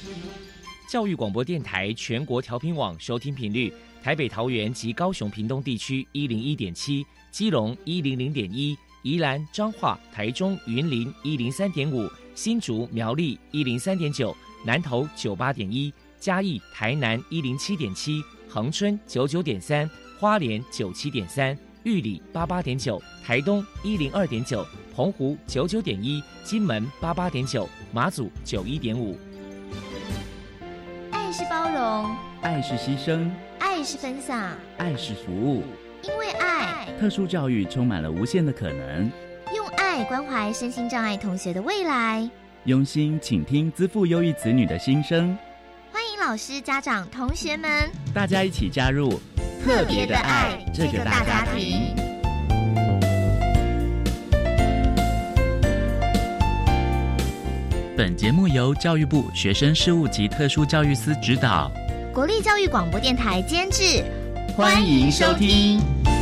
教育广播电台全国调频网收听频率：台北、桃园及高雄屏东地区101.7，基隆100.1，宜兰、彰化、台中、云林103.5，新竹、苗栗103.9，南投98.1，嘉义、台南107.7，恒春99.3，花莲97.3，玉里88.9，台东102.9，澎湖99.1，金门88.9，马祖91.5。 爱是包容， 爱是牺牲， 爱是分享， 爱是服务。 因为爱， 特殊教育充满了无限的可能。 用爱关怀身心障碍同学的未来， 用心倾听资赋优异子女的心声。 欢迎老师、家长、同学们， 大家一起加入特别的爱这个大家庭。 本节目由教育部学生事务及特殊教育司指导， 国立教育广播电台监制， 欢迎收听。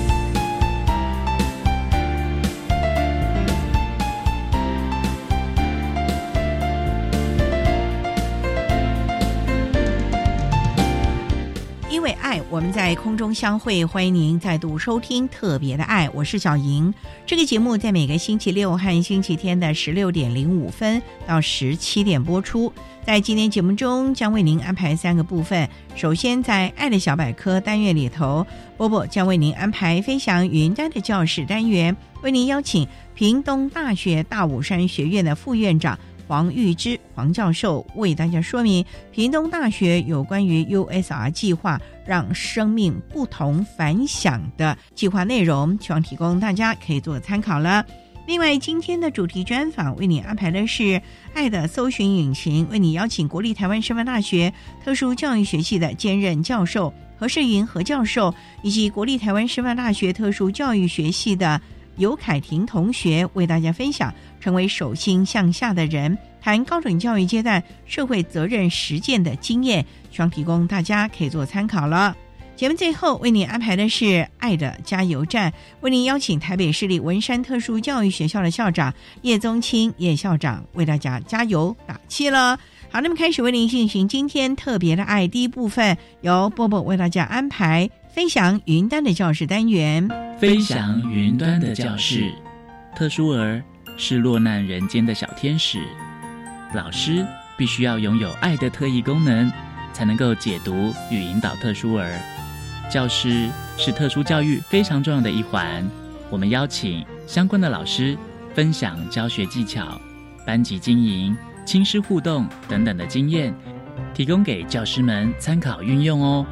因为爱，我们在空中相会，欢迎您再度收听特别的爱，我是小莹。这个节目在每个星期六和星期天的16点05分到17点播出。在今天节目中将为您安排3个部分。首先在爱的小百科单元里头，波波将为您安排飞翔云端的教室单元，为您邀请屏东大学大武山学院的副院长黄玉芝黄教授为大家说明屏东大学有关于 USR 计划让生命不同凡响的计划内容，希望提供大家可以做参考了。另外，今天的主题专访为你安排的是爱的搜寻引擎，为你邀请国立台湾师范大学特殊教育学系的兼任教授何世云何教授，以及国立台湾师范大学特殊教育学系的尤凯婷同学为大家分享成为手心向下的人，谈高等教育阶段社会责任实践的经验，希望提供大家可以做参考了。节目最后为你安排的是爱的加油站，为您邀请台北市立文山特殊教育学校的校长叶宗清叶校长为大家加油打气了。好，那么开始为您进行今天特别的爱第一部分，由波波为大家安排飞翔云端的教室单元。 飞翔云端的教室，特殊儿是落难人间的小天使，老师必须要拥有爱的特异功能，才能够解读与引导特殊儿。教师是特殊教育非常重要的一环，我们邀请相关的老师分享教学技巧、班级经营、亲师互动等等的经验，提供给教师们参考运用哦。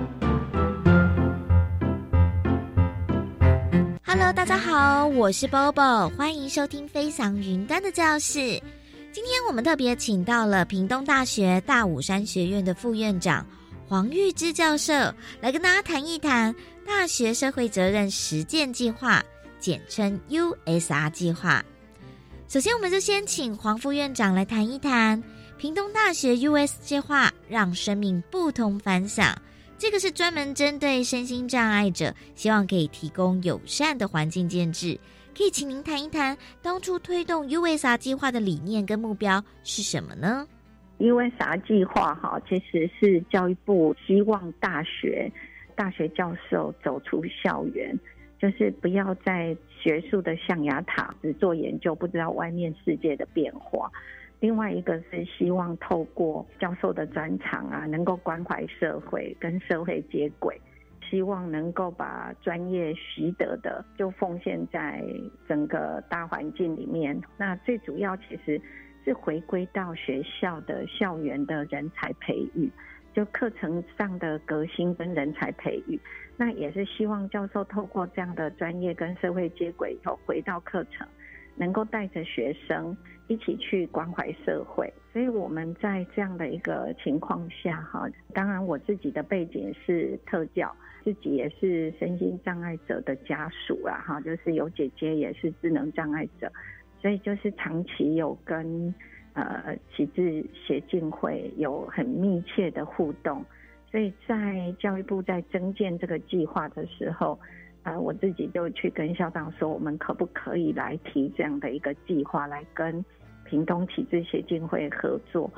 Hello， 大家好，我是 Bobo， 欢迎收听飞翔云端的教室。今天我们特别请到了屏东大学大武山学院的副院长黄玉芝教授，来跟大家谈一谈大学社会责任实践计划，简称 USR 计划。首先我们就先请黄副院长来谈一谈屏东大学 US 计划让生命不同凡响，这个是专门针对身心障碍者，希望可以提供友善的环境建制。可以请您谈一谈当初推动 USR 计划的理念跟目标是什么呢 ？USR 计划其实是教育部希望大学教授走出校园，就是不要在学术的象牙塔只做研究，不知道外面世界的变化。另外一个是希望透过教授的专长能够关怀社会，跟社会接轨，希望能够把专业习得的就奉献在整个大环境里面。那最主要其实是回归到学校的校园的人才培育，就课程上的革新跟人才培育。那也是希望教授透过这样的专业跟社会接轨以后，回到课程能够带着学生一起去关怀社会。所以我们在这样的一个情况下当然我自己的背景是特教，自己也是身心障碍者的家属就是有姐姐也是智能障碍者，所以就是长期有跟启智协进会有很密切的互动。所以在教育部在增建这个计划的时候我自己就去跟校长说，我们可不可以来提这样的一个计划，来跟屏东启智协进会合作。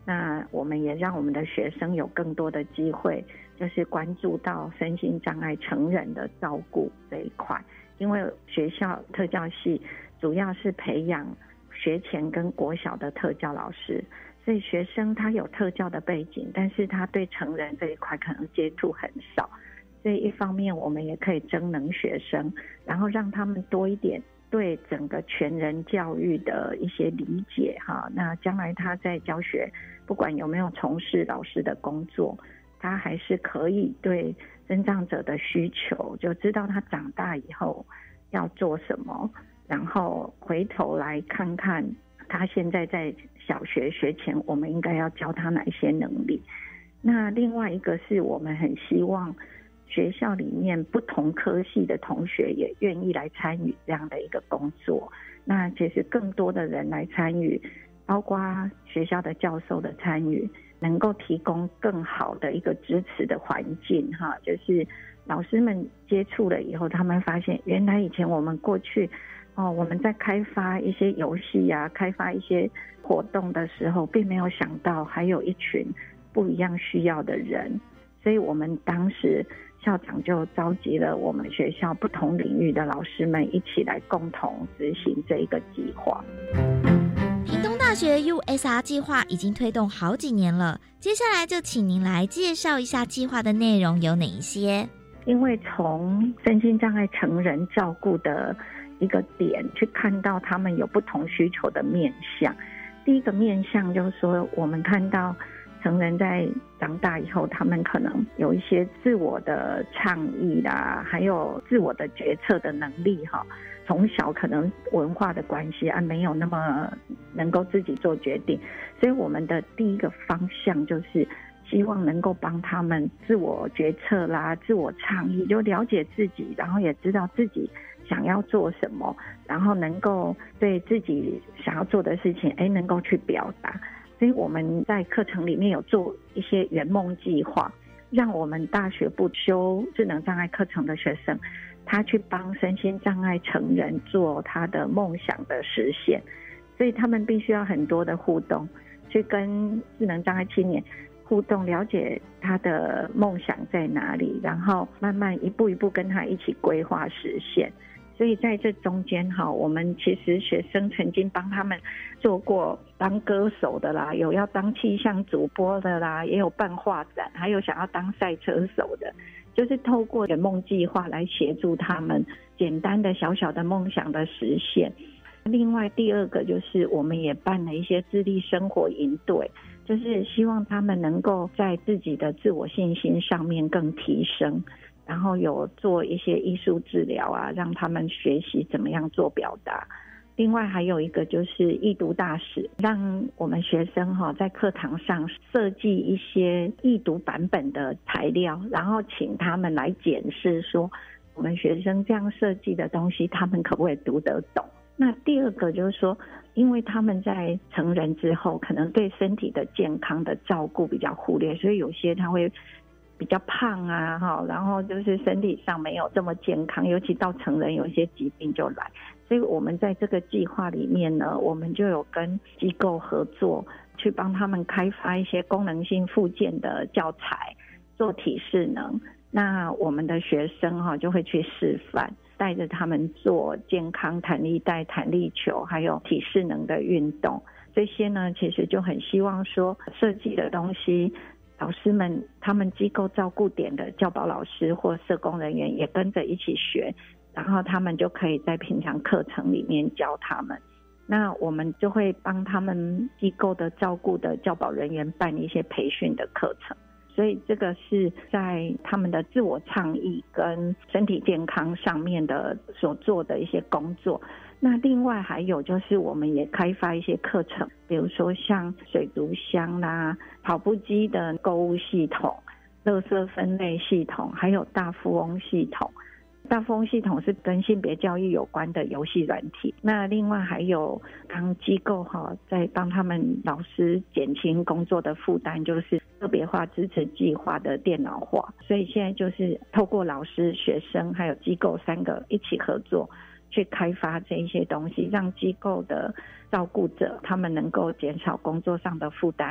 那我们也让我们的学生有更多的机会，就是关注到身心障碍成人的照顾这一块。因为学校特教系主要是培养学前跟国小的特教老师，所以学生他有特教的背景，但是他对成人这一块可能接触很少。所以一方面我们也可以增能学生，然后让他们多一点对整个全人教育的一些理解哈。那将来他在教学，不管有没有从事老师的工作，他还是可以对身障者的需求，就知道他长大以后要做什么，然后回头来看看他现在在小学学前，我们应该要教他哪一些能力。那另外一个是我们很希望学校里面不同科系的同学也愿意来参与这样的一个工作。那其实更多的人来参与，包括学校的教授的参与，能够提供更好的一个支持的环境哈。就是老师们接触了以后，他们发现原来以前我们过去我们在开发一些游戏啊，开发一些活动的时候，并没有想到还有一群不一样需要的人。所以我们当时校长就召集了我们学校不同领域的老师们一起来共同执行这一个计划。 屏东大学 USR 计划已经推动好几年了，接下来就请您来介绍一下计划的内容有哪一些。 因为从身心障碍成人照顾的一个点去看到他们有不同需求的面向。第一个面向就是说，我们看到成人在长大以后，他们可能有一些自我的倡议啦，还有自我的决策的能力哈。从小可能文化的关系没有那么能够自己做决定，所以我们的第一个方向就是希望能够帮他们自我决策啦，自我倡议，就了解自己，然后也知道自己想要做什么，然后能够对自己想要做的事情能够去表达。所以我们在课程里面有做一些圆梦计划，让我们大学部修智能障碍课程的学生，他去帮身心障碍成人做他的梦想的实现。所以他们必须要很多的互动，去跟智能障碍青年互动，了解他的梦想在哪里，然后慢慢一步一步跟他一起规划实现。所以在这中间我们其实学生曾经帮他们做过当歌手的啦，有要当气象主播的啦，也有办画展，还有想要当赛车手的，就是透过圆梦计划来协助他们简单的小小的梦想的实现。另外第二个就是我们也办了一些自立生活营队，就是希望他们能够在自己的自我信心上面更提升，然后有做一些艺术治疗啊，让他们学习怎么样做表达。另外还有一个就是易读大使，让我们学生在课堂上设计一些易读版本的材料，然后请他们来检视说我们学生这样设计的东西他们可不可以读得懂。那第二个就是说，因为他们在成人之后可能对身体的健康的照顾比较忽略，所以有些他会比较胖啊，然后就是身体上没有这么健康，尤其到成人有一些疾病就来。所以我们在这个计划里面呢，我们就有跟机构合作，去帮他们开发一些功能性复健的教材，做体适能。那我们的学生就会去示范，带着他们做健康弹力带、弹力球还有体适能的运动。这些呢其实就很希望说设计的东西，老师们他们机构照顾点的教保老师或社工人员也跟着一起学，然后他们就可以在平常课程里面教他们。那我们就会帮他们机构的照顾的教保人员办一些培训的课程。所以这个是在他们的自我倡议跟身体健康上面的所做的一些工作。那另外还有就是我们也开发一些课程，比如说像水族箱啦、跑步机的购物系统、垃圾分类系统，还有大富翁系统。大富翁系统是跟性别教育有关的游戏软体。那另外还有当机构在帮他们老师减轻工作的负担，就是特别化支持计划的电脑化。所以现在就是透过老师、学生还有机构3个一起合作，去开发这一些东西，让机构的照顾者他们能够减少工作上的负担，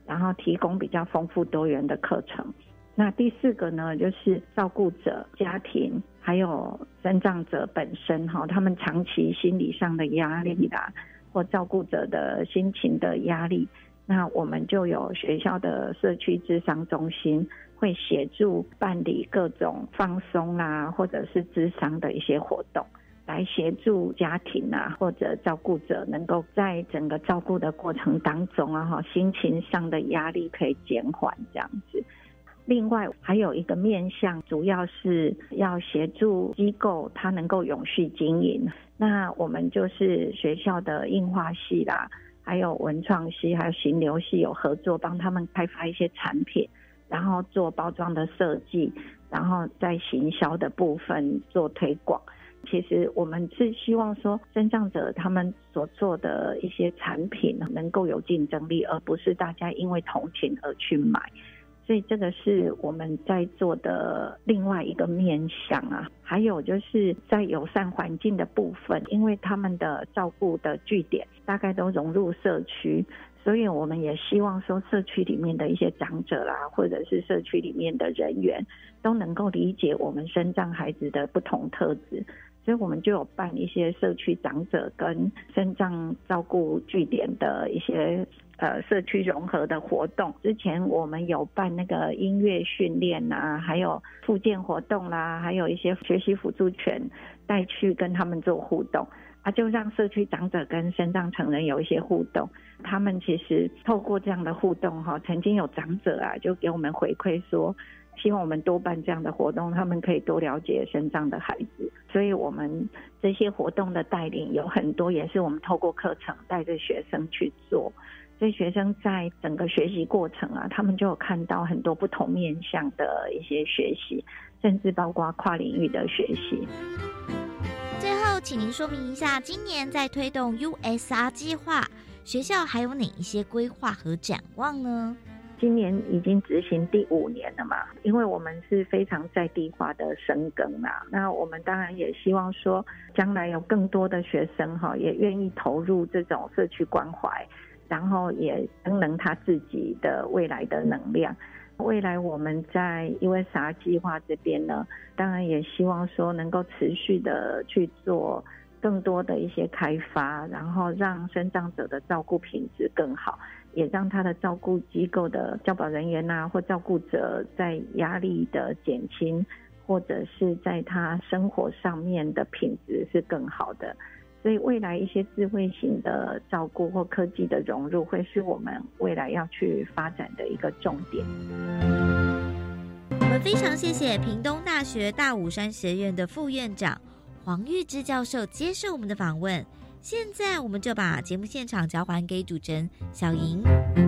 然后提供比较丰富多元的课程。那第4个呢，就是照顾者、家庭还有身障者本身他们长期心理上的压力啦，或照顾者的心情的压力，那我们就有学校的社区諮商中心会协助办理各种放松啦，或者是諮商的一些活动，来协助家庭啊或者照顾者能够在整个照顾的过程当中心情上的压力可以减缓这样子。另外还有一个面向，主要是要协助机构它能够永续经营。那我们就是学校的印画系啦，还有文创系还有行流系有合作，帮他们开发一些产品，然后做包装的设计，然后在行销的部分做推广。其实我们是希望说身障者他们所做的一些产品能够有竞争力，而不是大家因为同情而去买。所以这个是我们在做的另外一个面向啊。还有就是在友善环境的部分，因为他们的照顾的据点大概都融入社区，所以我们也希望说社区里面的一些长者啦，或者是社区里面的人员都能够理解我们身障孩子的不同特质，所以我们就有办一些社区长者跟身障照顾据点的一些社区融合的活动。之前我们有办那个音乐训练啊，还有复健活动啦，还有一些学习辅助犬带去跟他们做互动啊，就让社区长者跟身障成人有一些互动。他们其实透过这样的互动曾经有长者啊就给我们回馈说，希望我们多办这样的活动，他们可以多了解身障的孩子。所以我们这些活动的带领有很多也是我们透过课程带着学生去做，所以学生在整个学习过程啊，他们就有看到很多不同面向的一些学习，甚至包括跨领域的学习。 最后请您说明一下，今年在推动 USR 计划，学校还有哪一些规划和展望呢？ 今年已经执行第5年了嘛，因为我们是非常在地化的深耕啦，那我们当然也希望说将来有更多的学生也愿意投入这种社区关怀，然后也增能他自己的未来的能量。未来我们在 USR 计划这边呢，当然也希望说能够持续的去做更多的一些开发，然后让身障者的照顾品质更好，也让他的照顾机构的教保人员或照顾者在压力的减轻，或者是在他生活上面的品质是更好的。所以未来一些智慧型的照顾或科技的融入会是我们未来要去发展的一个重点。 我们非常谢谢屏东大学大武山学院的副院长黄玉芝教授接受我们的访问。现在我们就把节目现场交还给主持人小莹。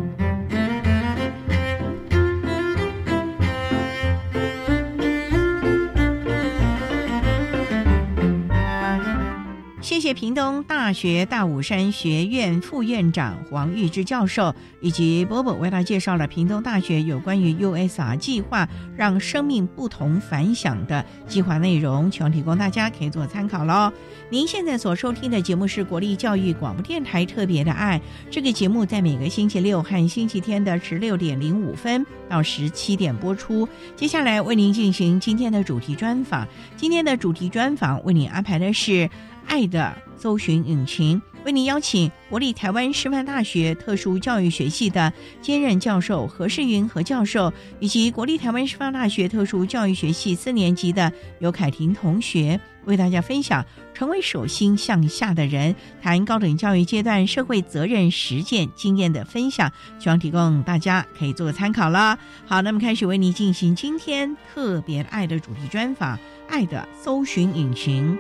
谢谢屏东大学大武山学院副院长黄玉芝教授以及波波为大家介绍了屏东大学有关于 USR 计划让生命不同凡响的计划内容，希望提供大家可以做参考咯。您现在所收听的节目是国立教育广播电台特别的爱，这个节目在每个星期六和星期天的16点05分到17点播出。接下来为您进行今天的主题专访，今天的主题专访为您安排的是爱的搜寻引擎，为您邀请国立台湾师范大学特殊教育学系的兼任教授何世云何教授，以及国立台湾师范大学特殊教育学系4年级的尤凯婷同学，为大家分享成为手心向下的人，谈高等教育阶段社会责任实践经验的分享，希望提供大家可以做参考了。好，那么开始为您进行今天特别爱的主题专访，爱的搜寻引擎。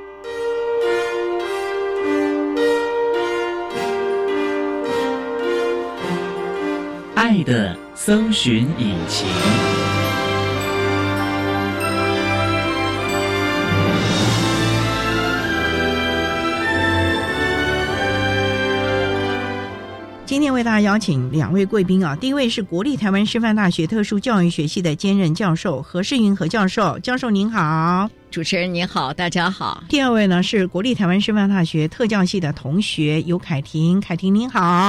爱的搜寻引擎。 今天为大家邀请2位贵宾第一位是国立台湾师范大学特殊教育学系的兼任教授何世云何教授，教授您好。 主持人您好，大家好。 第2位呢是国立台湾师范大学特教系的同学尤凯婷，凯婷您好。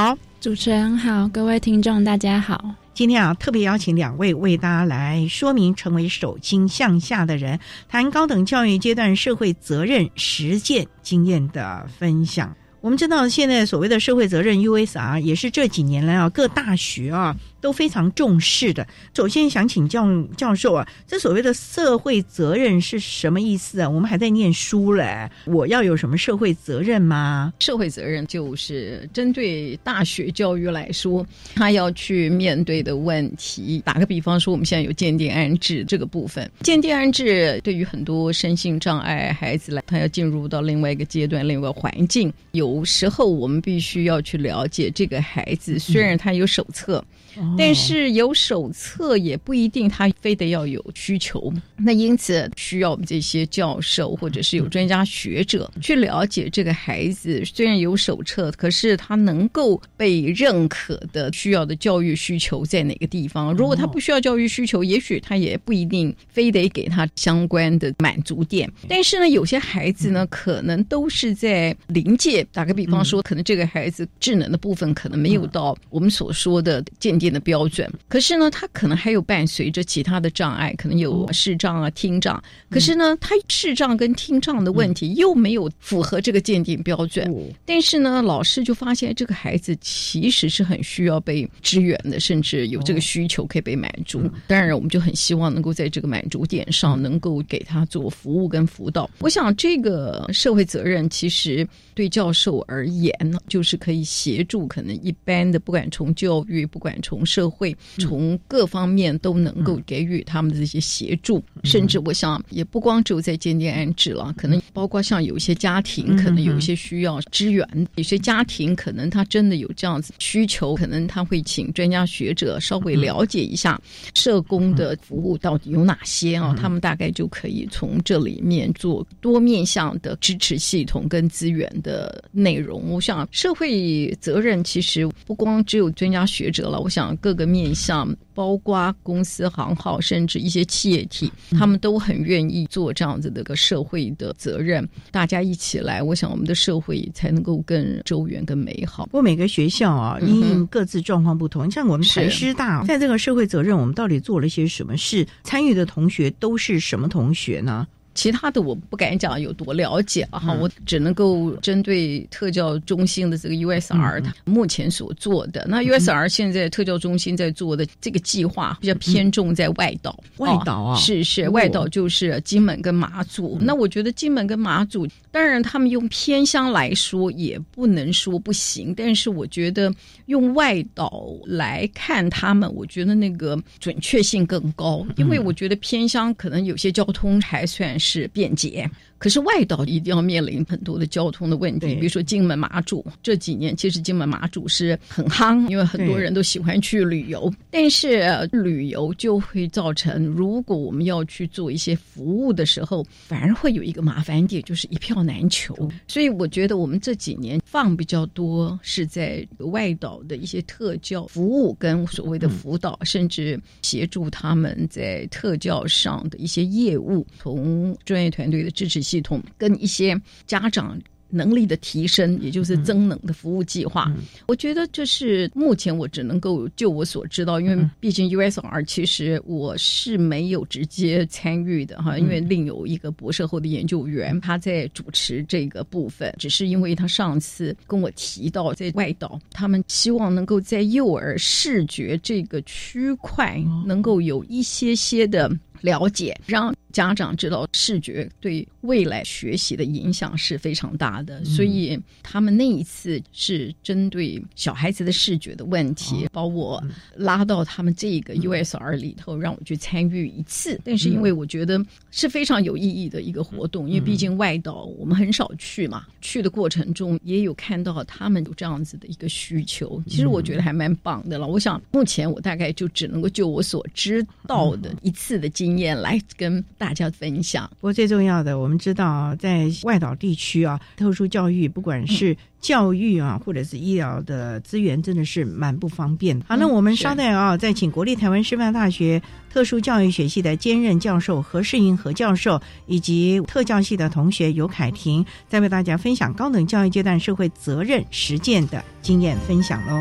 主持人好，各位听众大家好。 今天特别邀请2位为大家来说明成为手心向下的人，谈高等教育阶段社会责任实践经验的分享。我们知道现在所谓的社会责任 USR 也是这几年来各大学都非常重视的。首先想请教授这所谓的社会责任是什么意思啊？我们还在念书嘞，我要有什么社会责任吗？ 社会责任就是针对大学教育来说，他要去面对的问题。打个比方说，我们现在有鉴定安置这个部分，鉴定安置对于很多身心障碍孩子来，他要进入到另外一个阶段、另外一个环境，有时候我们必须要去了解这个孩子，虽然他有手册，但是有手册也不一定他非得要有需求。那因此需要我们这些教授或者是有专家学者去了解这个孩子，虽然有手册，可是他能够被认可的需要的教育需求在哪个地方。如果他不需要教育需求，也许他也不一定非得给他相关的满足点。但是呢，有些孩子呢可能都是在临界，打个比方说，可能这个孩子智能的部分可能没有到我们所说的鉴定的标准，可是呢他可能还有伴随着其他的障碍，可能有视障啊、听障，可是呢他视障跟听障的问题又没有符合这个鉴定标准，但是呢老师就发现这个孩子其实是很需要被支援的，甚至有这个需求可以被满足。当然我们就很希望能够在这个满足点上能够给他做服务跟辅导。我想这个社会责任其实对教授而言呢，就是可以协助可能一般的，不管从教育，不管从社会，从各方面都能够给予他们的这些协助。甚至我想也不光只有在鉴定安置了，可能包括像有一些家庭可能有一些需要支援，有些家庭可能他真的有这样子需求，可能他会请专家学者稍微了解一下社工的服务到底有哪些他们大概就可以从这里面做多面向的支持系统跟资源的内容。我想社会责任其实不光只有专家学者了，我想各个面向，包括公司行号甚至一些企业体，他们都很愿意做这样子的个社会的责任。大家一起来，我想我们的社会才能够更周远更美好。 不过每个学校因各自状况不同，像我们台师大在这个社会责任我们到底做了些什么事？参与的同学都是什么同学呢？ 其他的我不敢讲有多了解我只能够针对特教中心的这个 USR 目前所做的。那 USR 现在特教中心在做的这个计划比较偏重在外岛。 外岛是外岛，就是金门跟马祖。那我觉得金门跟马祖，当然他们用偏乡来说也不能说不行，但是我觉得用外岛来看他们，我觉得那个准确性更高。因为我觉得偏乡可能有些交通还算是便捷，可是外岛一定要面临很多的交通的问题。比如说金门马祖这几年，其实金门马祖是很夯，因为很多人都喜欢去旅游，但是旅游就会造成，如果我们要去做一些服务的时候，反而会有一个麻烦点，就是一票难求。所以我觉得我们这几年放比较多是在外岛的一些特教服务跟所谓的辅导，甚至协助他们在特教上的一些业务，从专业团队的支持系统跟一些家长能力的提升，也就是增能的服务计划。我觉得这是目前我只能够就我所知道，因为毕竟 USR 其实我是没有直接参与的因为另有一个博士后的研究员他在主持这个部分，只是因为他上次跟我提到在外岛他们希望能够在幼儿视觉这个区块能够有一些的了解，让家长知道视觉对未来学习的影响是非常大的。所以他们那一次是针对小孩子的视觉的问题，把我拉到他们这个 USR 里头，让我去参与一次。但是因为我觉得是非常有意义的一个活动，因为毕竟外岛我们很少去嘛，去的过程中也有看到他们有这样子的一个需求，其实我觉得还蛮棒的了。我想目前我大概就只能够就我所知道的一次的经验来跟大家分享。 不过最重要的，我们知道在外岛地区特殊教育不管是教育或者是医疗的资源真的是蛮不方便的。好，那我们稍待再请国立台湾师范大学特殊教育学系的兼任教授何世莹何教授以及特教系的同学尤凯婷，再为大家分享高等教育阶段社会责任实践的经验分享咯。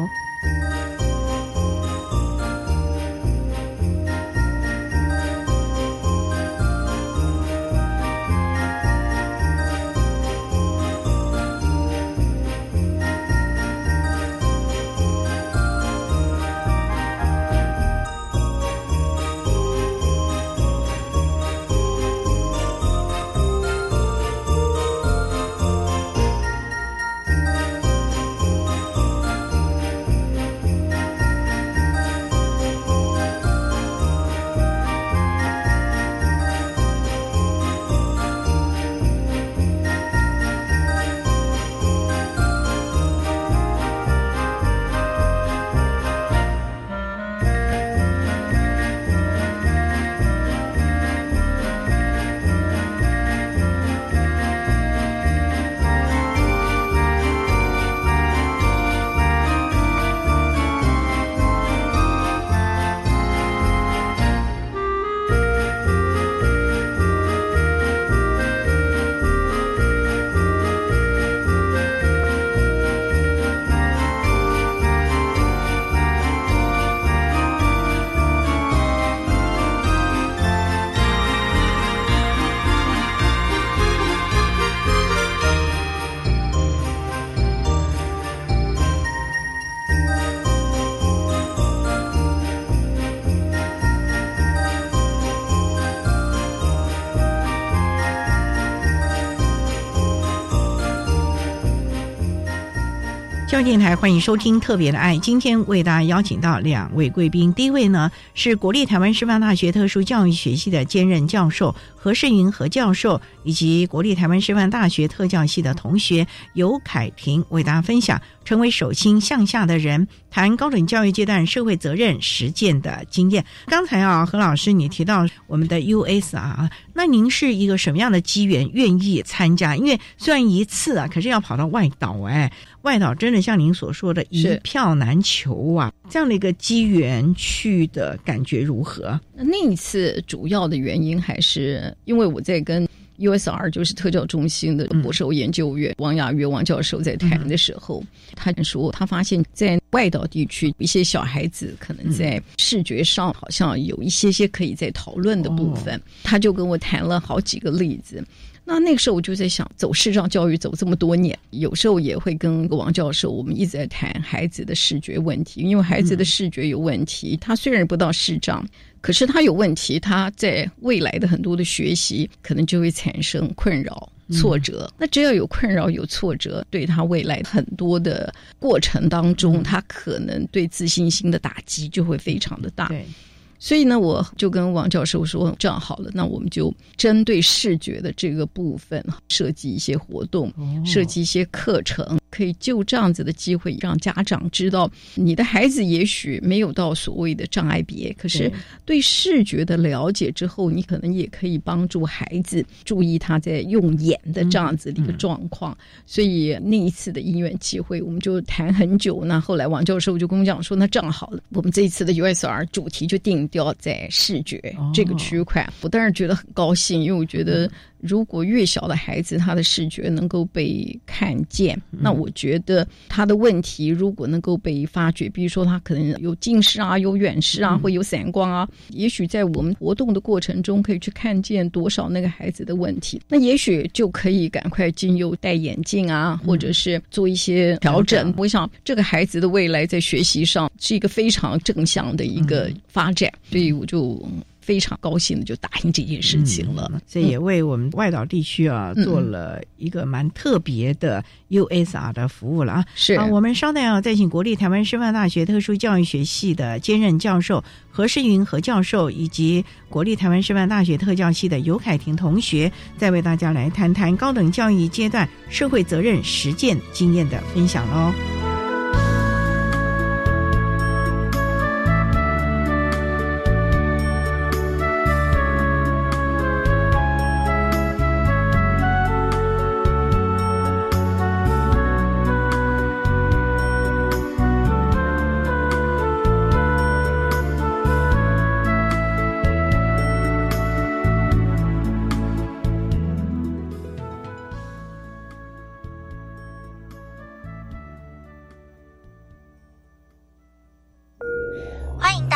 教育电台欢迎收听特别的爱，今天为大家邀请到2位贵宾。第一位呢是国立台湾师范大学特殊教育学系的兼任教授何世云何教授，以及国立台湾师范大学特教系的同学尤凯婷，为大家分享成为手心向下的人，谈高等教育阶段社会责任实践的经验。刚才何老师你提到我们的 USR， 那您是一个什么样的机缘愿意参加？因为虽然一次可是要跑到外岛，外岛真的像您所说的一票难求这样的一个机缘去的感觉如何？ 那一次主要的原因还是因为我在跟USR 就是特教中心的博士研究员王雅月王教授在谈的时候，他说他发现在外岛地区一些小孩子可能在视觉上好像有一些可以在讨论的部分，他就跟我谈了好几个例子。那个时候我就在想，走视障教育走这么多年，有时候也会跟王教授我们一直在谈孩子的视觉问题，因为孩子的视觉有问题，他虽然不到视障，可是他有问题，他在未来的很多的学习可能就会产生困扰挫折，那只要有困扰有挫折，对他未来很多的过程当中，他可能对自信心的打击就会非常的大。 对， 所以呢，我就跟王教授说，这样好了，那我们就针对视觉的这个部分设计一些活动，设计一些课程，可以就这样子的机会让家长知道，你的孩子也许没有到所谓的障碍别，可是对视觉的了解之后，你可能也可以帮助孩子注意他在用眼的这样子的一个状况。所以那一次的因缘机会，我们就谈很久。那后来王教授就跟我讲说，那这样好了，我们这一次的 USR 主题就定掉在视觉这个区块。我当然觉得很高兴，因为我觉得如果越小的孩子他的视觉能够被看见，那我觉得他的问题如果能够被发觉，比如说他可能有近视有远视会有散光也许在我们活动的过程中可以去看见多少那个孩子的问题，那也许就可以赶快经由戴眼镜或者是做一些调整。我想这个孩子的未来在学习上是一个非常正向的一个发展，所以我就非常高兴的就答应这件事情了。 这也为我们外岛地区做了一个蛮特别的 USR 的服务了是我们稍待再请国立台湾师范大学特殊教育学系的兼任教授何世云何教授，以及国立台湾师范大学特教系的尤凯婷同学，再为大家来谈谈高等教育阶段社会责任实践经验的分享咯。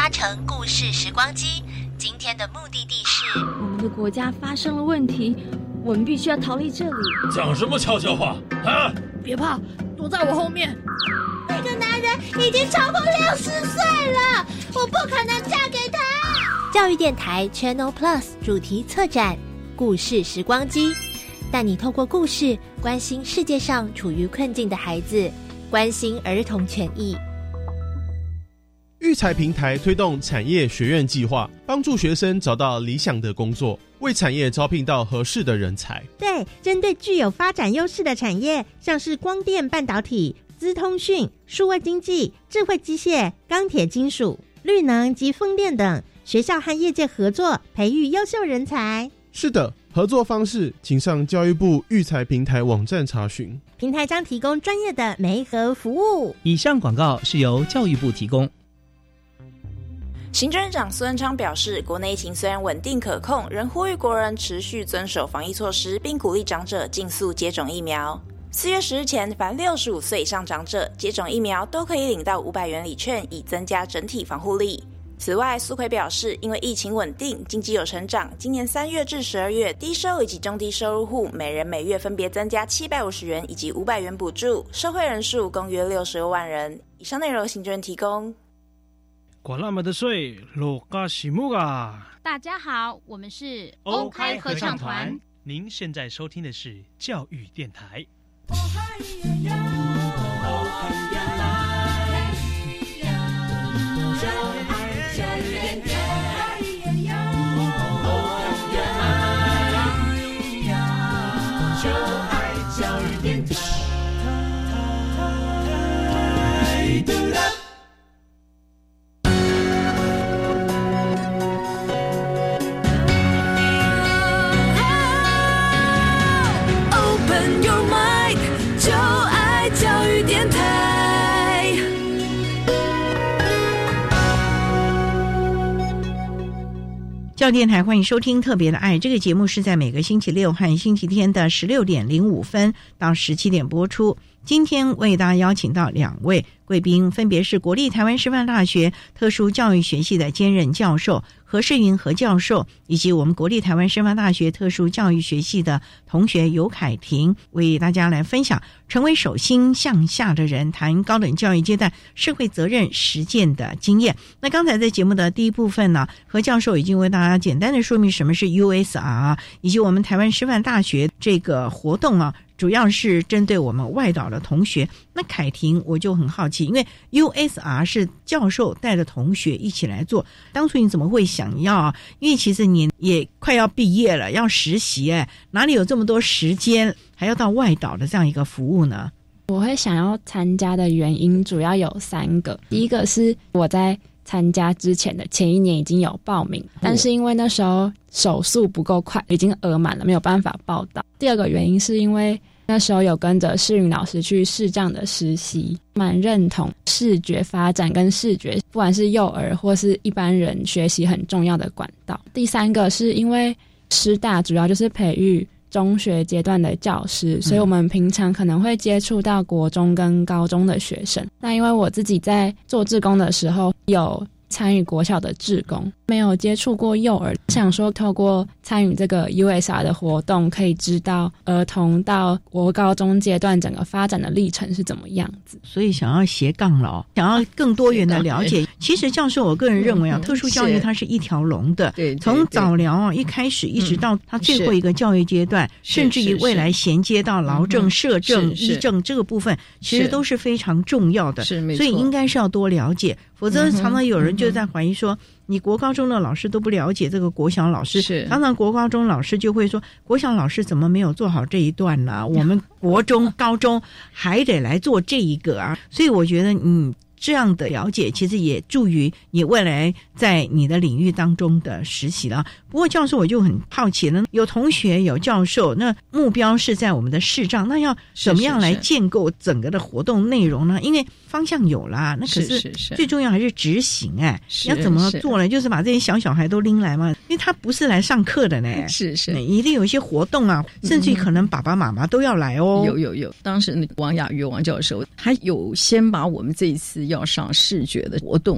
搭乘故事时光机，今天的目的地是我们的国家发生了问题，我们必须要逃离这里。 讲什么悄悄话啊？ 别怕，躲在我后面。 那个男人已经超过60岁了，我不可能嫁给他。 教育电台 Channel Plus 主题策展故事时光机，带你透过故事关心世界上处于困境的孩子，关心儿童权益。 育才平台推动产业学院计划，帮助学生找到理想的工作，为产业招聘到合适的人才。 对，针对具有发展优势的产业，像是光电半导体、资通讯、数位经济、智慧机械、钢铁金属、绿能及风电等，学校和业界合作，培育优秀人才。 是的，合作方式请上教育部育才平台网站查询。 平台将提供专业的媒合服务。 以上广告是由教育部提供。 行政院长苏贞昌表示，国内疫情虽然稳定可控，仍呼吁国人持续遵守防疫措施，并鼓励长者尽速接种疫苗。4月10日前，凡65岁以上长者接种疫苗都可以领到500元礼券，以增加整体防护力。此外，苏揆表示，因为疫情稳定，经济有成长，今年3月至12月，低收以及中低收入户每人每月分别增加750元以及500元补助，受惠人数共约60万人。以上内容行政院提供。 管那么的水，落嘎西木啊！ 大家好，我们是欧开合唱团。您现在收听的是教育电台。 教育电台欢迎收听特别的爱，这个节目是在每个星期六和星期天的16点05分到17点播出。今天为大家邀请到2位贵宾，分别是国立台湾师范大学特殊教育学系的兼任教授何世云何教授，以及我们国立台湾师范大学特殊教育学系的同学尤凯婷，为大家来分享成为手心向下的人，谈高等教育阶段社会责任实践的经验。那刚才在节目的第一部分呢，何教授已经为大家简单的说明什么是 USR， 以及我们台湾师范大学这个活动啊，主要是针对我们外岛的同学。那凯婷我就很好奇，因为 USR 是教授带着同学一起来做，当初你怎么会想要啊？因为其实你也快要毕业了，要实习，哪里有这么多时间还要到外岛的这样一个服务呢？ 我会想要参加的原因主要有3个。第一个是我在参加之前的前1年已经有报名，但是因为那时候手速不够快，已经额满了，没有办法报到。第二个原因是因为那时候有跟着世云老师去视障的实习，蛮认同视觉发展跟视觉不管是幼儿或是一般人学习很重要的管道。第3个是因为师大主要就是培育中学阶段的教师，所以我们平常可能会接触到国中跟高中的学生。那因为我自己在做志工的时候有参与国小的志工，没有接触过幼儿，想说透过参与这个 USR 的活动，可以知道儿童到国高中阶段整个发展的历程是怎么样子。 所以想要斜杠了，想要更多元的了解。其实教授我个人认为啊，特殊教育它是一条龙的，从早疗啊一开始一直到它最后一个教育阶段，甚至于未来衔接到劳政、社政、医政这个部分，其实都是非常重要的，所以应该是要多了解。否则常常有人就在怀疑说，你国高中的老师都不了解这个国小老师，常常国高中老师就会说，国小老师怎么没有做好这一段呢？我们国中高中还得来做这一个啊。所以我觉得这样的了解其实也助于你未来在你的领域当中的实习了。不过教授我就很好奇了，有同学有教授，那目标是在我们的视障，那要怎么样来建构整个的活动内容呢？因为方向有啦，那可是最重要还是执行要怎么做呢？就是把这些小孩都拎来嘛，因为他不是来上课的呢，一定有一些活动啊，甚至可能爸爸妈妈都要来哦。 有，当时王雅月王教授他有先把我们这一次要上视觉的活动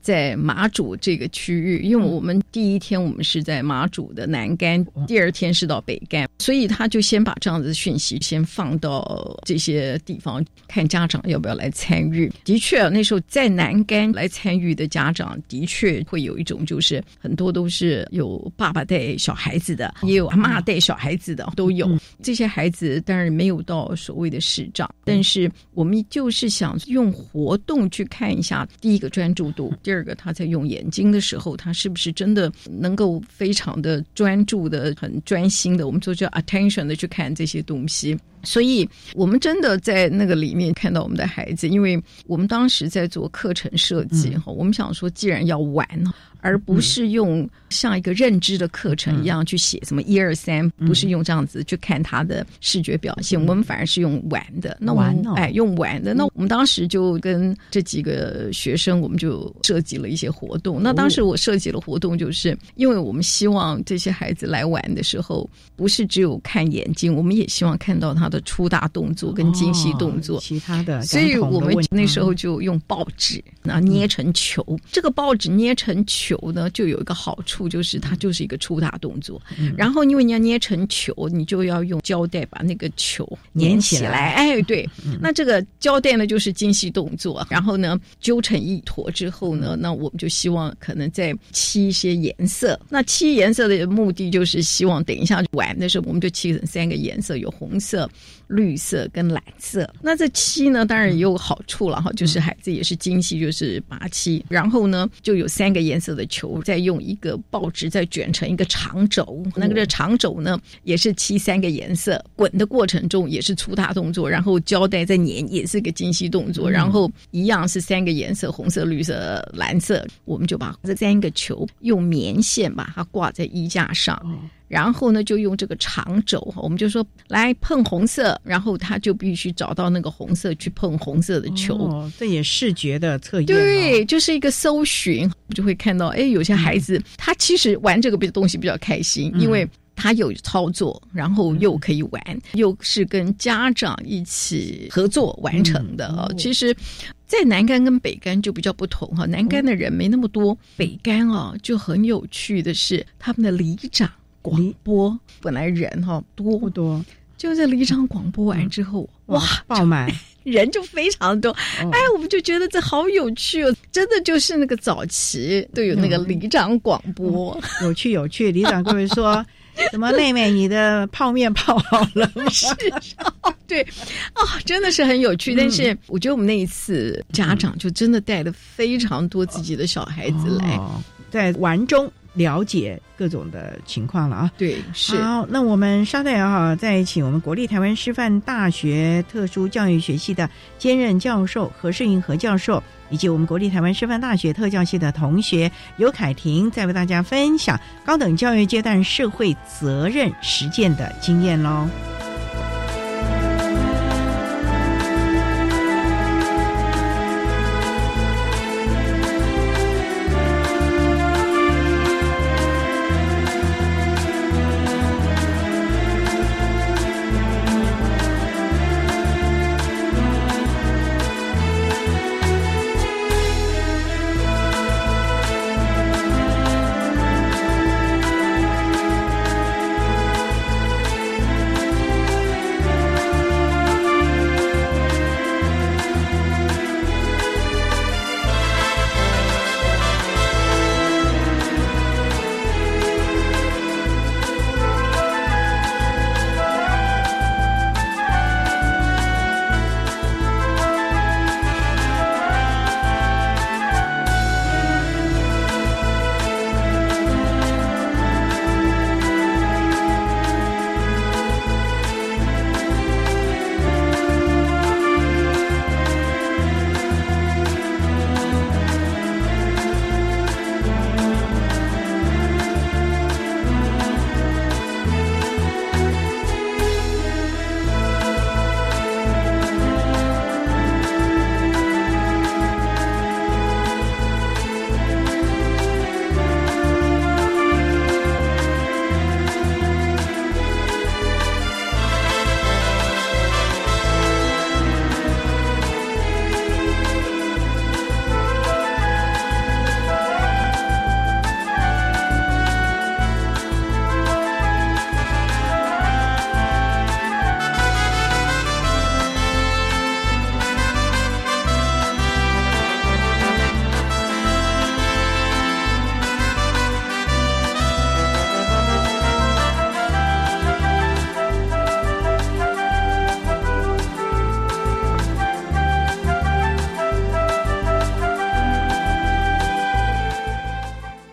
在马祖这个区域，因为我们第一天我们是在马祖的南竿，第二天是到北竿，所以他就先把这样子的讯息先放到这些地方，看家长要不要来参与。的确那时候在南竿来参与的家长的确会有一种，就是很多都是有爸爸带小孩子的，也有阿嬷带小孩子的，都有。这些孩子当然没有到所谓的视障，但是我们就是想用活动去看一下，第一个专注度，第二个他在用眼睛的时候，他是不是真的能够非常的专注的、很专心的，我们说叫 attention 的去看这些东西。所以我们真的在那个里面看到我们的孩子，因为我们当时在做课程设计，我们想说既然要玩，而不是用像一个认知的课程一样去写什么1、2、3，不是用这样子去看他的视觉表现，我们反而是用玩的。那我们用玩的，那我们当时就跟这几个学生，我们就设计了一些活动。那当时我设计的活动就是因为我们希望这些孩子来玩的时候，不是只有看眼睛，我们也希望看到他的粗大动作跟精细动作， 其他的， 所以我们那时候就用报纸捏成球。这个报纸捏成球呢，就有一个好处，就是它就是一个粗大动作。然后因为你要捏成球，你就要用胶带把那个球粘起来。哎，对，那这个胶带呢就是精细动作。然后呢，揪成一坨之后呢，那我们就希望可能再漆一些颜色。那漆颜色的目的就是希望等一下玩的时候，我们就漆成3个颜色，有红色、绿色跟蓝色。那这漆呢当然也有好处了哈，就是孩子也是精细，就是拔漆。然后呢就有3个颜色的球，再用一个报纸再卷成一个长轴，那个长轴呢也是漆3个颜色，滚的过程中也是粗大动作，然后胶带再粘也是个精细动作，然后一样是3个颜色，红色、绿色、蓝色。我们就把这3个球用棉线把它挂在衣架上，然后呢就用这个长轴，我们就说来碰红色，然后他就必须找到那个红色去碰红色的球。 这也视觉的测验。 对，就是一个搜寻，我就会看到有些孩子他其实玩这个东西比较开心，因为他有操作，然后又可以玩，又是跟家长一起合作完成的。其实在南竿跟北竿就比较不同哈，南竿的人没那么多，北竿就很有趣的是他们的里长广播，本来人多不多， 就在里长广播完之后，哇， 爆满， 人就非常多。我们就觉得这好有趣哦，真的就是那个早期都有那个里长广播， 有趣。里长跟我说什么妹妹你的泡面泡好了吗？ 是对真的是很有趣。但是我觉得我们那一次家长就真的带了非常多自己的小孩子来， 在玩中了解各种的情况了啊。 对，是。 好，那我们稍待再请我们国立台湾师范大学特殊教育学系的兼任教授何世云何教授，以及我们国立台湾师范大学特教系的同学尤凯婷，再为大家分享高等教育阶段社会责任实践的经验咯。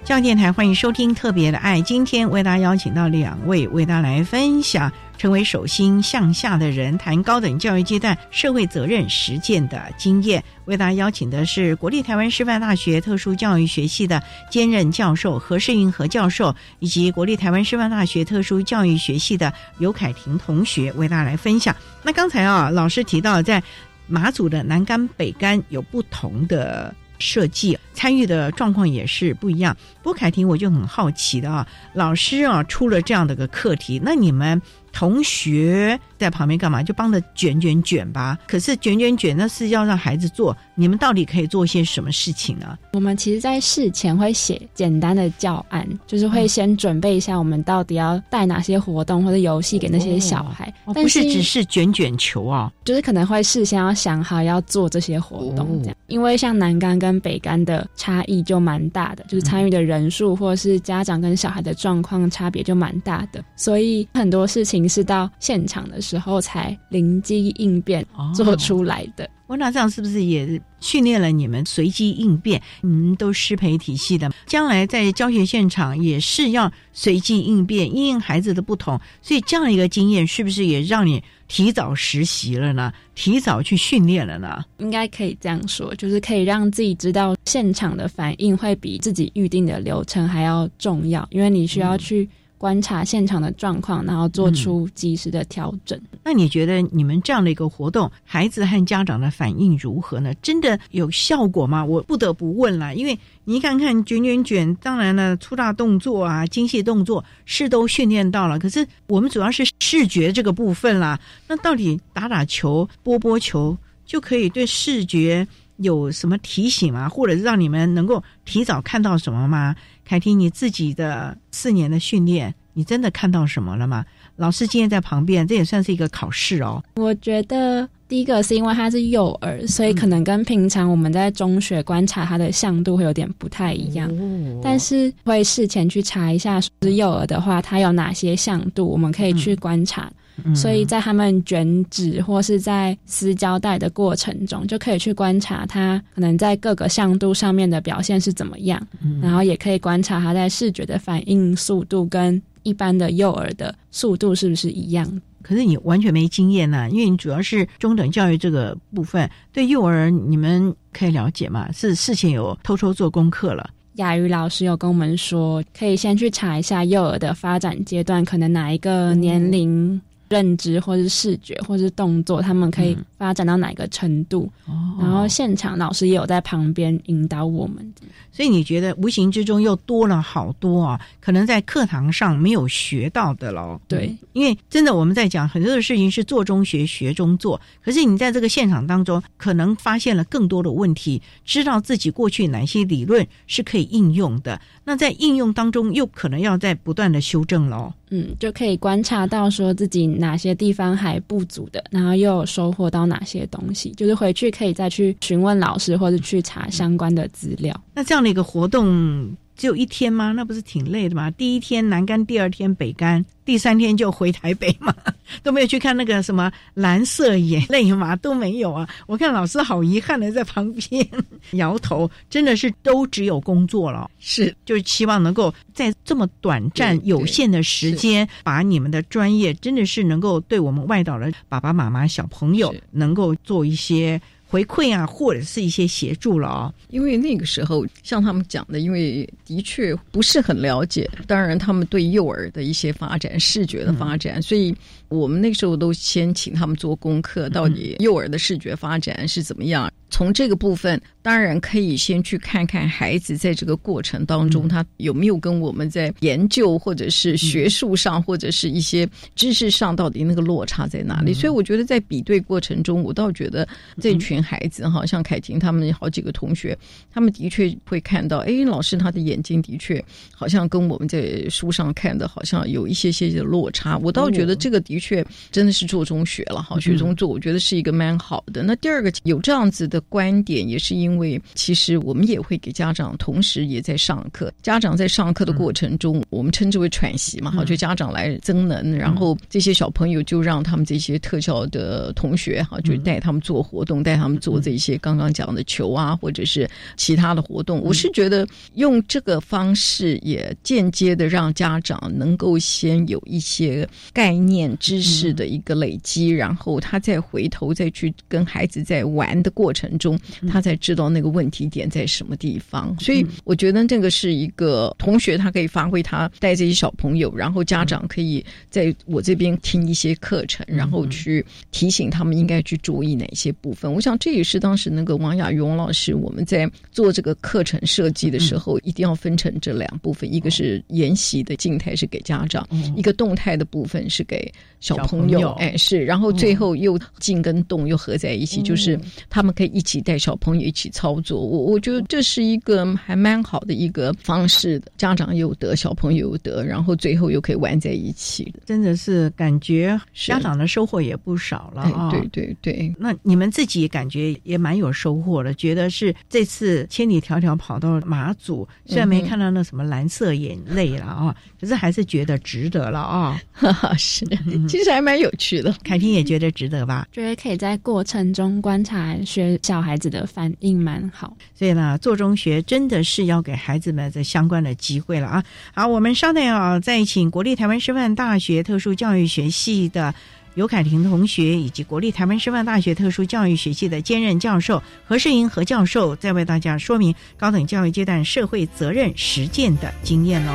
教育电台，欢迎收听特别的爱。今天为大家邀请到2位，为大家来分享成为手心向下的人，谈高等教育阶段社会责任实践的经验。为大家邀请的是国立台湾师范大学特殊教育学系的兼任教授何世云何教授，以及国立台湾师范大学特殊教育学系的刘凯婷同学，为大家来分享。那刚才老师提到在马祖的南竿北竿有不同的设计，参与的状况也是不一样。不过凯婷，我就很好奇的老师出了这样的个课题，那你们同学在旁边干嘛？就帮着卷吧。可是卷那是要让孩子做，你们到底可以做些什么事情呢？ 我们其实在事前会写简单的教案，就是会先准备一下我们到底要带哪些活动或者游戏给那些小孩。但不是只是卷球就是可能会事先要想好要做这些活动这样。因为像南竿跟北竿的差异就蛮大的，就是参与的人数或者是家长跟小孩的状况差别就蛮大的，所以很多事情是到现场的时候才灵机应变做出来的。 那这样是不是也训练了你们随机应变？都师培体系的，将来在教学现场也是要随机应变，因应孩子的不同，所以这样的一个经验是不是也让你提早实习了呢？提早去训练了呢？ 应该可以这样说，就是可以让自己知道现场的反应会比自己预定的流程还要重要，因为你需要去观察现场的状况，然后做出及时的调整。 那你觉得你们这样的一个活动，孩子和家长的反应如何呢？真的有效果吗？我不得不问了，因为你看看卷，当然了，粗大动作啊、精细动作是都训练到了，可是我们主要是视觉这个部分啦。那到底打球、拨球就可以对视觉有什么提醒吗？或者是让你们能够提早看到什么吗？凯婷，你自己的4年的训练，你真的看到什么了吗？老师今天在旁边，这也算是一个考试哦。 我觉得第一个是因为他是幼儿，所以可能跟平常我们在中学观察他的向度会有点不太一样，但是会事前去查一下，是幼儿的话他有哪些向度我们可以去观察，所以在他们卷纸或是在撕胶带的过程中，就可以去观察他可能在各个向度上面的表现是怎么样，然后也可以观察他在视觉的反应速度跟一般的幼儿的速度是不是一样。 可是你完全没经验啊，因为你主要是中等教育这个部分，对幼儿你们可以了解吗？是事前有偷做功课了？ 雅瑜老师有跟我们说，可以先去查一下幼儿的发展阶段，可能哪一个年龄认知或是视觉或是动作他们可以发展到哪个程度，然后现场老师也有在旁边引导我们。 所以你觉得无形之中又多了好多啊，可能在课堂上没有学到的咯。 对， 因为真的我们在讲很多的事情是做中学学中做，可是你在这个现场当中可能发现了更多的问题，知道自己过去哪些理论是可以应用的，那在应用当中又可能要再不断的修正咯。 就可以观察到说自己哪些地方还不足的，然后又有收获到哪些东西，就是回去可以再去询问老师或者去查相关的资料。 那这样的一个活动只有1天吗？那不是挺累的吗？第1天南竿，第2天北竿，第3天就回台北嘛，都没有去看那个什么蓝色眼泪嘛，都没有啊。我看老师好遗憾的在旁边摇头，真的是都只有工作了。是，就是希望能够在这么短暂有限的时间，把你们的专业真的是能够对我们外岛的爸爸妈妈小朋友能够做一些回馈啊，或者是一些协助了哦。 因为那个时候像他们讲的，因为的确不是很了解，当然他们对幼儿的一些发展、视觉的发展，所以我们那时候都先请他们做功课，到底幼儿的视觉发展是怎么样。从这个部分当然可以先去看看孩子在这个过程当中他有没有跟我们在研究或者是学术上或者是一些知识上到底那个落差在哪里。所以我觉得在比对过程中，我倒觉得这群孩子哈，像凯婷他们好几个同学，他们的确会看到，老师他的眼睛的确好像跟我们在书上看的好像有一些的落差。我倒觉得这个的确真的是做中学了哈，学中做，我觉得是一个蛮好的。那第二个有这样子的观点也是因为其实我们也会给家长同时也在上课，家长在上课的过程中，我们称之为喘息嘛，就家长来增能，然后这些小朋友就让他们这些特教的同学就带他们做活动，带他们做这些刚刚讲的球啊或者是其他的活动。我是觉得用这个方式也间接的让家长能够先有一些概念知识的一个累积，然后他再回头再去跟孩子在玩的过程中，他才知道那个问题点在什么地方。所以我觉得这个是一个同学他可以发挥他带这些小朋友，然后家长可以在我这边听一些课程，然后去提醒他们应该去注意哪些部分。我想这也是当时那个王雅瑜王老师我们在做这个课程设计的时候一定要分成这两部分，一个是研习的静态是给家长，一个动态的部分是给小朋友，是，然后最后又静跟动又合在一起，就是他们可以一起带小朋友一起操作。我觉得这是一个还蛮好的一个方式的，家长有得，小朋友有得，然后最后又可以玩在一起， 真的是感觉家长的收获也不少了啊！ 对对对， 那你们自己感觉也蛮有收获的，觉得是这次千里迢迢跑到马祖，虽然没看到那什么蓝色眼泪了啊，可是还是觉得值得了啊！ 是，其实还蛮有趣的。 凯婷也觉得值得吧？ 觉得可以在过程中观察学小孩子的反应蛮好， 所以呢，做中学真的是要给孩子们这相关的机会了啊！好，我们稍等再请国立台湾师范大学特殊教育学系的尤凯婷同学以及国立台湾师范大学特殊教育学系的兼任教授何世莹何教授，再为大家说明高等教育阶段社会责任实践的经验咯。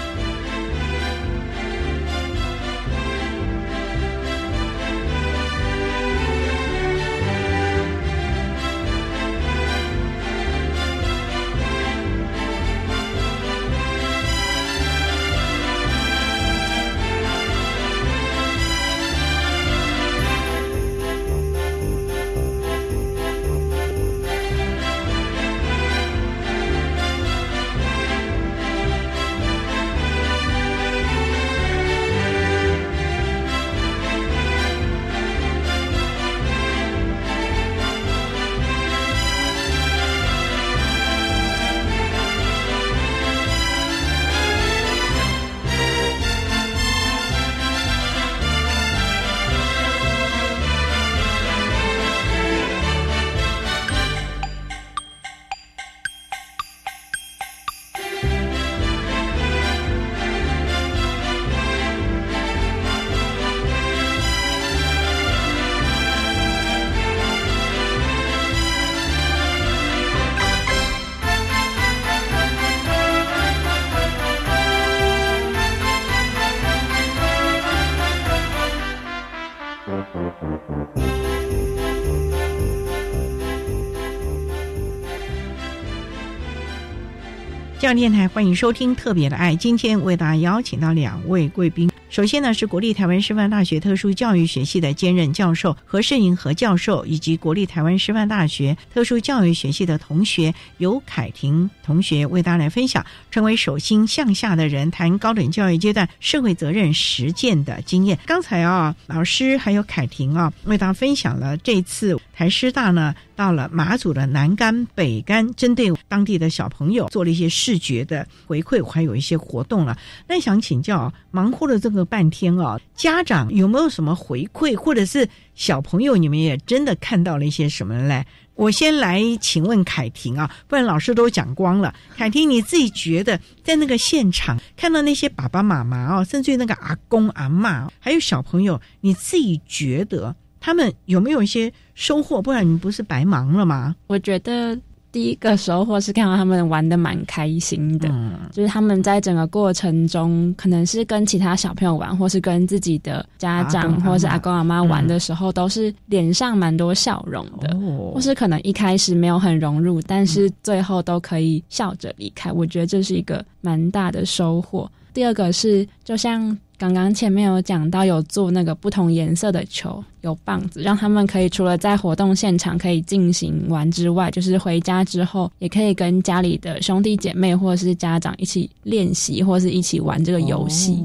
教育电台欢迎收听特别的爱，今天为大家邀请到两位贵宾，首先呢是国立台湾师范大学特殊教育学系的兼任教授何世莹何教授，以及国立台湾师范大学特殊教育学系的同学尤凯婷同学，为大家来分享成为手心向下的人，谈高等教育阶段社会责任实践的经验。刚才老师还有凯婷为大家分享了这次台师大呢到了马祖的南竿北竿，针对当地的小朋友做了一些视觉的回馈，还有一些活动了。那想请教忙活了这个半天家长有没有什么回馈，或者是小朋友你们也真的看到了一些什么嘞？我先来请问凯婷不然老师都讲光了。凯婷，你自己觉得在那个现场看到那些爸爸妈妈甚至于那个阿公阿嬷还有小朋友，你自己觉得他们有没有一些收获？不然你们不是白忙了吗？ 我觉得第一个收获是看到他们玩得蛮开心的，就是他们在整个过程中可能是跟其他小朋友玩，或是跟自己的家长或是阿公阿妈玩的时候，都是脸上蛮多笑容的，或是可能一开始没有很融入，但是最后都可以笑着离开，我觉得这是一个蛮大的收获。第二个是就像刚刚前面有讲到，有做那个不同颜色的球，有棒子，让他们可以除了在活动现场可以进行玩之外，就是回家之后也可以跟家里的兄弟姐妹或者是家长一起练习，或是一起玩这个游戏这样。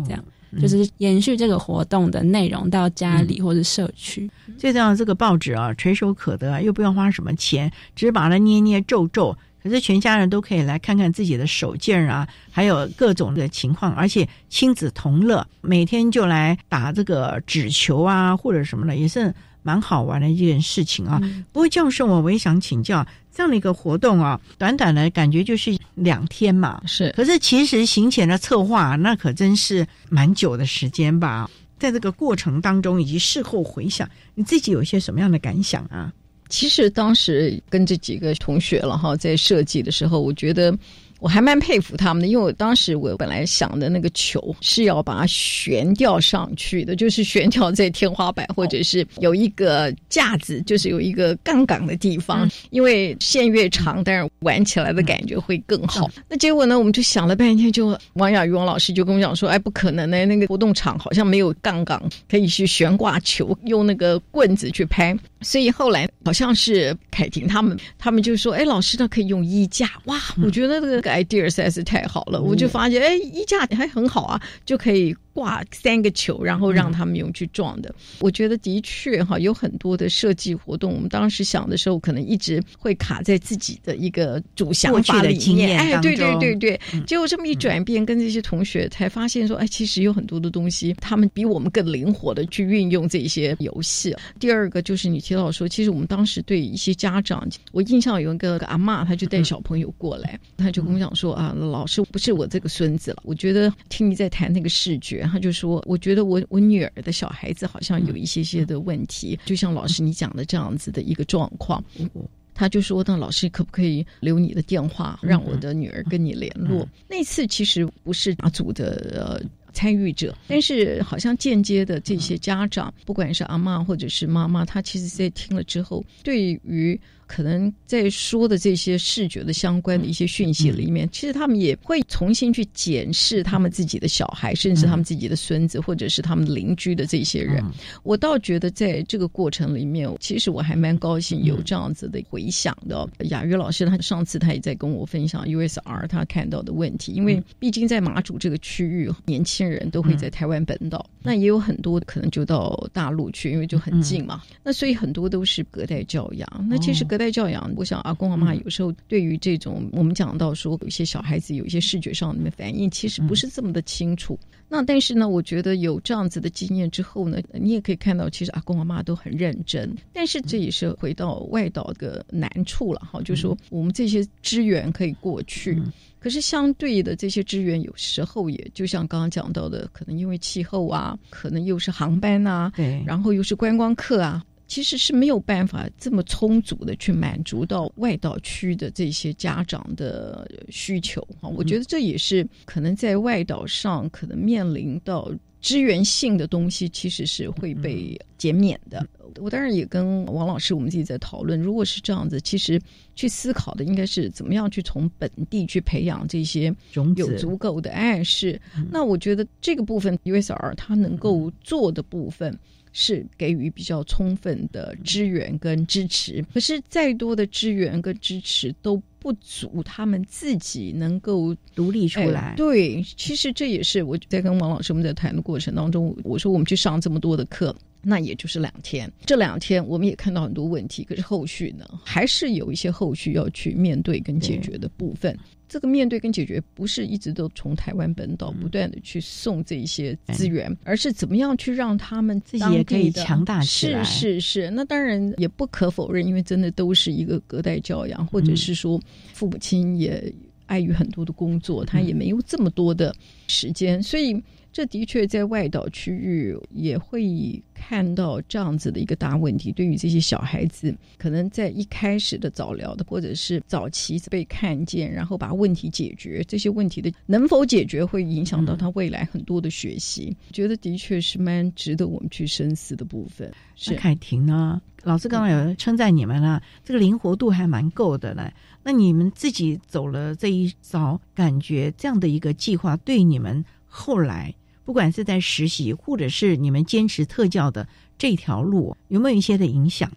就是延续这个活动的内容到家里或是社区。 最重要的这个报纸啊，垂手可得啊，又不用花什么钱，只是把它捏捏皱皱，可是全家人都可以来看看自己的手劲啊，还有各种的情况，而且亲子同乐，每天就来打这个纸球啊或者什么的，也是蛮好玩的一件事情啊。不过教授我也想请教，这样的一个活动啊，短短的感觉就是2天嘛， 是， 可是其实行前的策划那可真是蛮久的时间吧。在这个过程当中以及事后回想，你自己有一些什么样的感想啊？ 其实当时跟这几个同学了哈，在设计的时候，我觉得我还蛮佩服他们的，因为我当时我本来想的那个球是要把它悬吊上去的，就是悬吊在天花板，或者是有一个架子，就是有一个杠杆的地方，因为线越长，当然玩起来的感觉会更好。那结果呢，我们就想了半天，就王雅瑜王老师就跟我讲说，哎，不可能的，那个活动场好像没有杠杆可以去悬挂球，用那个棍子去拍。所以后来好像是凯婷他们就说，哎，老师呢可以用衣架。哇，我觉得这个idea 实在是太好了，我就发现，哎，衣架还很好啊，就可以挂3个球，然后让他们用去撞的。我觉得的确哈，有很多的设计活动，我们当时想的时候，可能一直会卡在自己的一个主想法里面。哎，对对对对，结果这么一转变，跟这些同学才发现说，哎，其实有很多的东西，他们比我们更灵活的去运用这些游戏。第二个就是你提到说，其实我们当时对一些家长，我印象有一个阿嬷，她就带小朋友过来，她就跟我讲说啊，老师不是我这个孙子了，我觉得听你在谈那个视觉。他就说，我觉得我女儿的小孩子好像有一些的问题，就像老师你讲的这样子的一个状况。他就说，那老师可不可以留你的电话，让我的女儿跟你联络？那次其实不是家族的参与者，但是好像间接的这些家长，不管是阿嬷或者是妈妈，他其实在听了之后，对于可能在说的这些视觉的相关的一些讯息里面，其实他们也会重新去检视他们自己的小孩，甚至他们自己的孙子，或者是他们邻居的这些人。我倒觉得在这个过程里面，其实我还蛮高兴有这样子的回响的。雅瑜老师他上次他也在跟我分享 USR 他看到的问题，因为毕竟在马祖这个区域，年轻人都会在台湾本岛，那也有很多可能就到大陆去，因为就很近嘛。那所以很多都是隔代教养。那其实隔代教养，我想阿公阿嬷有时候对于这种我们讲到说有一些小孩子有一些视觉上的反应，其实不是这么的清楚。那但是呢，我觉得有这样子的经验之后呢，你也可以看到其实阿公阿嬷都很认真。但是这也是回到外岛的难处了哈，就是说我们这些资源可以过去，可是相对的这些资源有时候也就像刚刚讲到的，可能因为气候啊，可能又是航班啊，对，然后又是观光客啊，其实是没有办法这么充足的去满足到外岛区的这些家长的需求。我觉得这也是可能在外岛上可能面临到支援性的东西其实是会被减免的。我当然也跟王老师我们自己在讨论，如果是这样子，其实去思考的应该是怎么样去从本地去培养这些有足够的爱是。那我觉得这个部分 USR 它能够做的部分是给予比较充分的支援跟支持，可是再多的支援跟支持都不足他们自己能够独立出来。 对，其实这也是我在跟王老师我们在谈的过程当中，我说我们去上这么多的课，那也就是2天，这2天我们也看到很多问题，可是后续呢还是有一些后续要去面对跟解决的部分。这个面对跟解决不是一直都从台湾本岛不断的去送这一些资源，而是怎么样去让他们自己也可以强大起来。 是，那当然也不可否认，因为真的都是一个隔代教养，或者是说父母亲也碍于很多的工作，他也没有这么多的时间，所以这的确在外岛区域也会看到这样子的一个大问题。对于这些小孩子，可能在一开始的早疗的或者是早期被看见，然后把问题解决，这些问题的能否解决会影响到他未来很多的学习。觉得的确是蛮值得我们去深思的部分。是凯婷呢，老师刚刚有称赞你们了，这个灵活度还蛮够的了。那你们自己走了这一遭，感觉这样的一个计划对你们后来不管是在实习或者是你们坚持特教的这条路有没有一些的影响呢？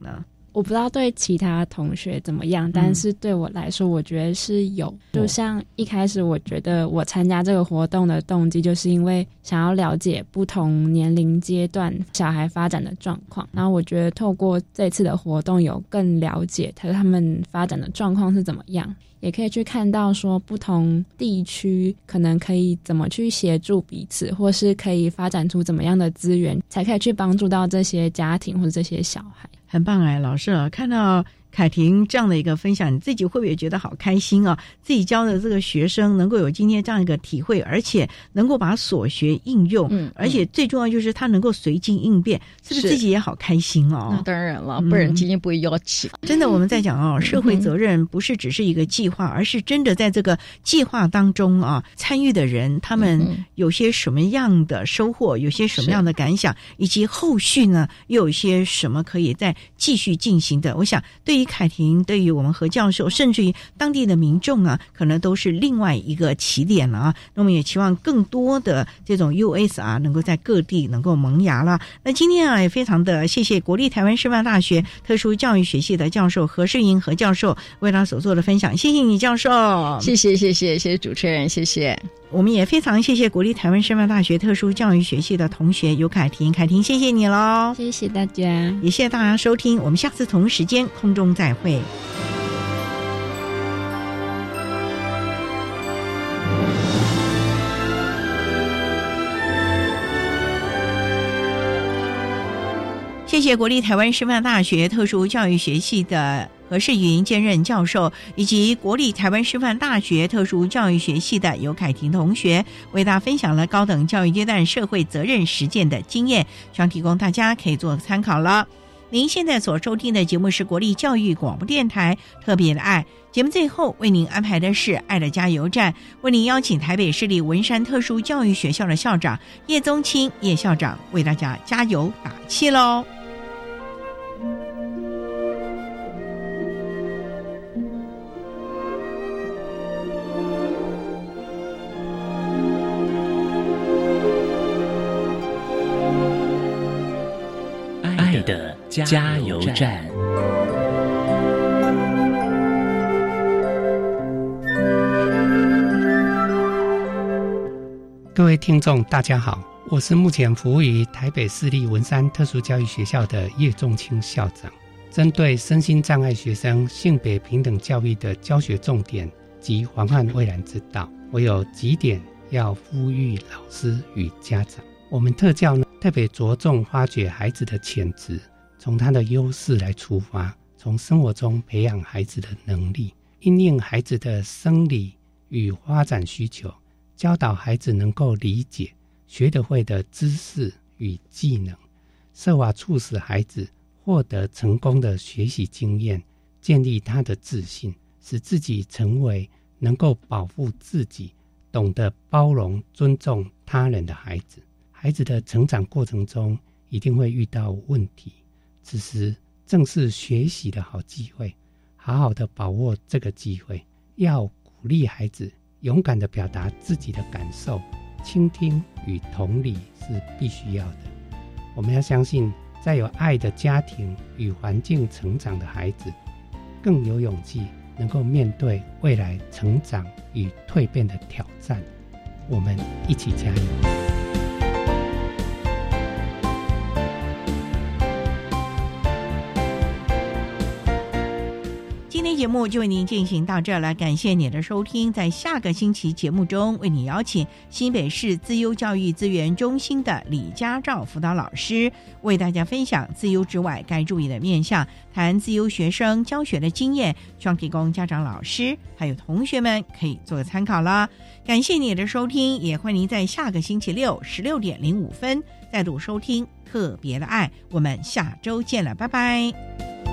我不知道对其他同学怎么样，但是对我来说我觉得是有。就像一开始我觉得我参加这个活动的动机就是因为想要了解不同年龄阶段小孩发展的状况，然后我觉得透过这次的活动有更了解他们发展的状况是怎么样，也可以去看到说不同地区可能可以怎么去协助彼此，或是可以发展出怎么样的资源才可以去帮助到这些家庭或者这些小孩。 很棒哎，老师看到凯婷这样的一个分享，你自己会不会觉得好开心啊？自己教的这个学生能够有今天这样一个体会，而且能够把所学应用，而且最重要就是他能够随机应变，是不是自己也好开心哦？ 那当然了，不然今天不会邀请。 真的，我们在讲社会责任不是只是一个计划，而是真的在这个计划当中参与的人他们有些什么样的收获，有些什么样的感想，以及后续呢又有一些什么可以再继续进行的。我想对于凯婷，对于我们何教授，甚至于当地的民众可能都是另外一个起点了那么也期望更多的这种 USR 能够在各地能够萌芽了。那今天也非常的谢谢国立台湾师范大学特殊教育学系的教授何世莹何教授为他所做的分享，谢谢你教授。 谢谢主持人，谢谢。 我们也非常谢谢国立台湾师范大学特殊教育学系的同学尤凯婷，凯婷谢谢你咯。 谢谢大家， 也谢谢大家收听，我们下次同时间空中再会。谢谢国立台湾师范大学特殊教育学系的何世云兼任教授，以及国立台湾师范大学特殊教育学系的尤凯婷同学，为大家分享了高等教育阶段社会责任实践的经验，希望提供大家可以做参考了。您现在所收听的节目是国立教育广播电台特别的爱节目，最后为您安排的是爱的加油站，为您邀请台北市立文山特殊教育学校的校长叶宗清叶校长为大家加油打气咯。 爱的加油站。 各位听众大家好，我是目前服务于台北市立文山特殊教育学校的叶仲清校长。针对身心障碍学生性别平等教育的教学重点及防范未然之道，我有几点要呼吁老师与家长。我们特教呢，特别着重发掘孩子的潜质，从他的优势来出发，从生活中培养孩子的能力，因应孩子的生理与发展需求，教导孩子能够理解学得会的知识与技能，设法促使孩子获得成功的学习经验，建立他的自信，使自己成为能够保护自己，懂得包容尊重他人的孩子。孩子的成长过程中一定会遇到问题，此时正是学习的好机会，好好的把握这个机会，要鼓励孩子勇敢地表达自己的感受，倾听与同理是必须要的。我们要相信，在有爱的家庭与环境成长的孩子，更有勇气能够面对未来成长与蜕变的挑战。我们一起加油！ 今天节目就为您进行到这儿了，感谢你的收听。在下个星期节目中，为你邀请新北市资优教育资源中心的李家照辅导老师，为大家分享资优之外该注意的面向，谈资优学生教学的经验，希望提供家长、老师还有同学们可以做个参考了。感谢你的收听，也欢迎您在下个星期六16点05分再度收听特别的爱。我们下周见了，拜拜。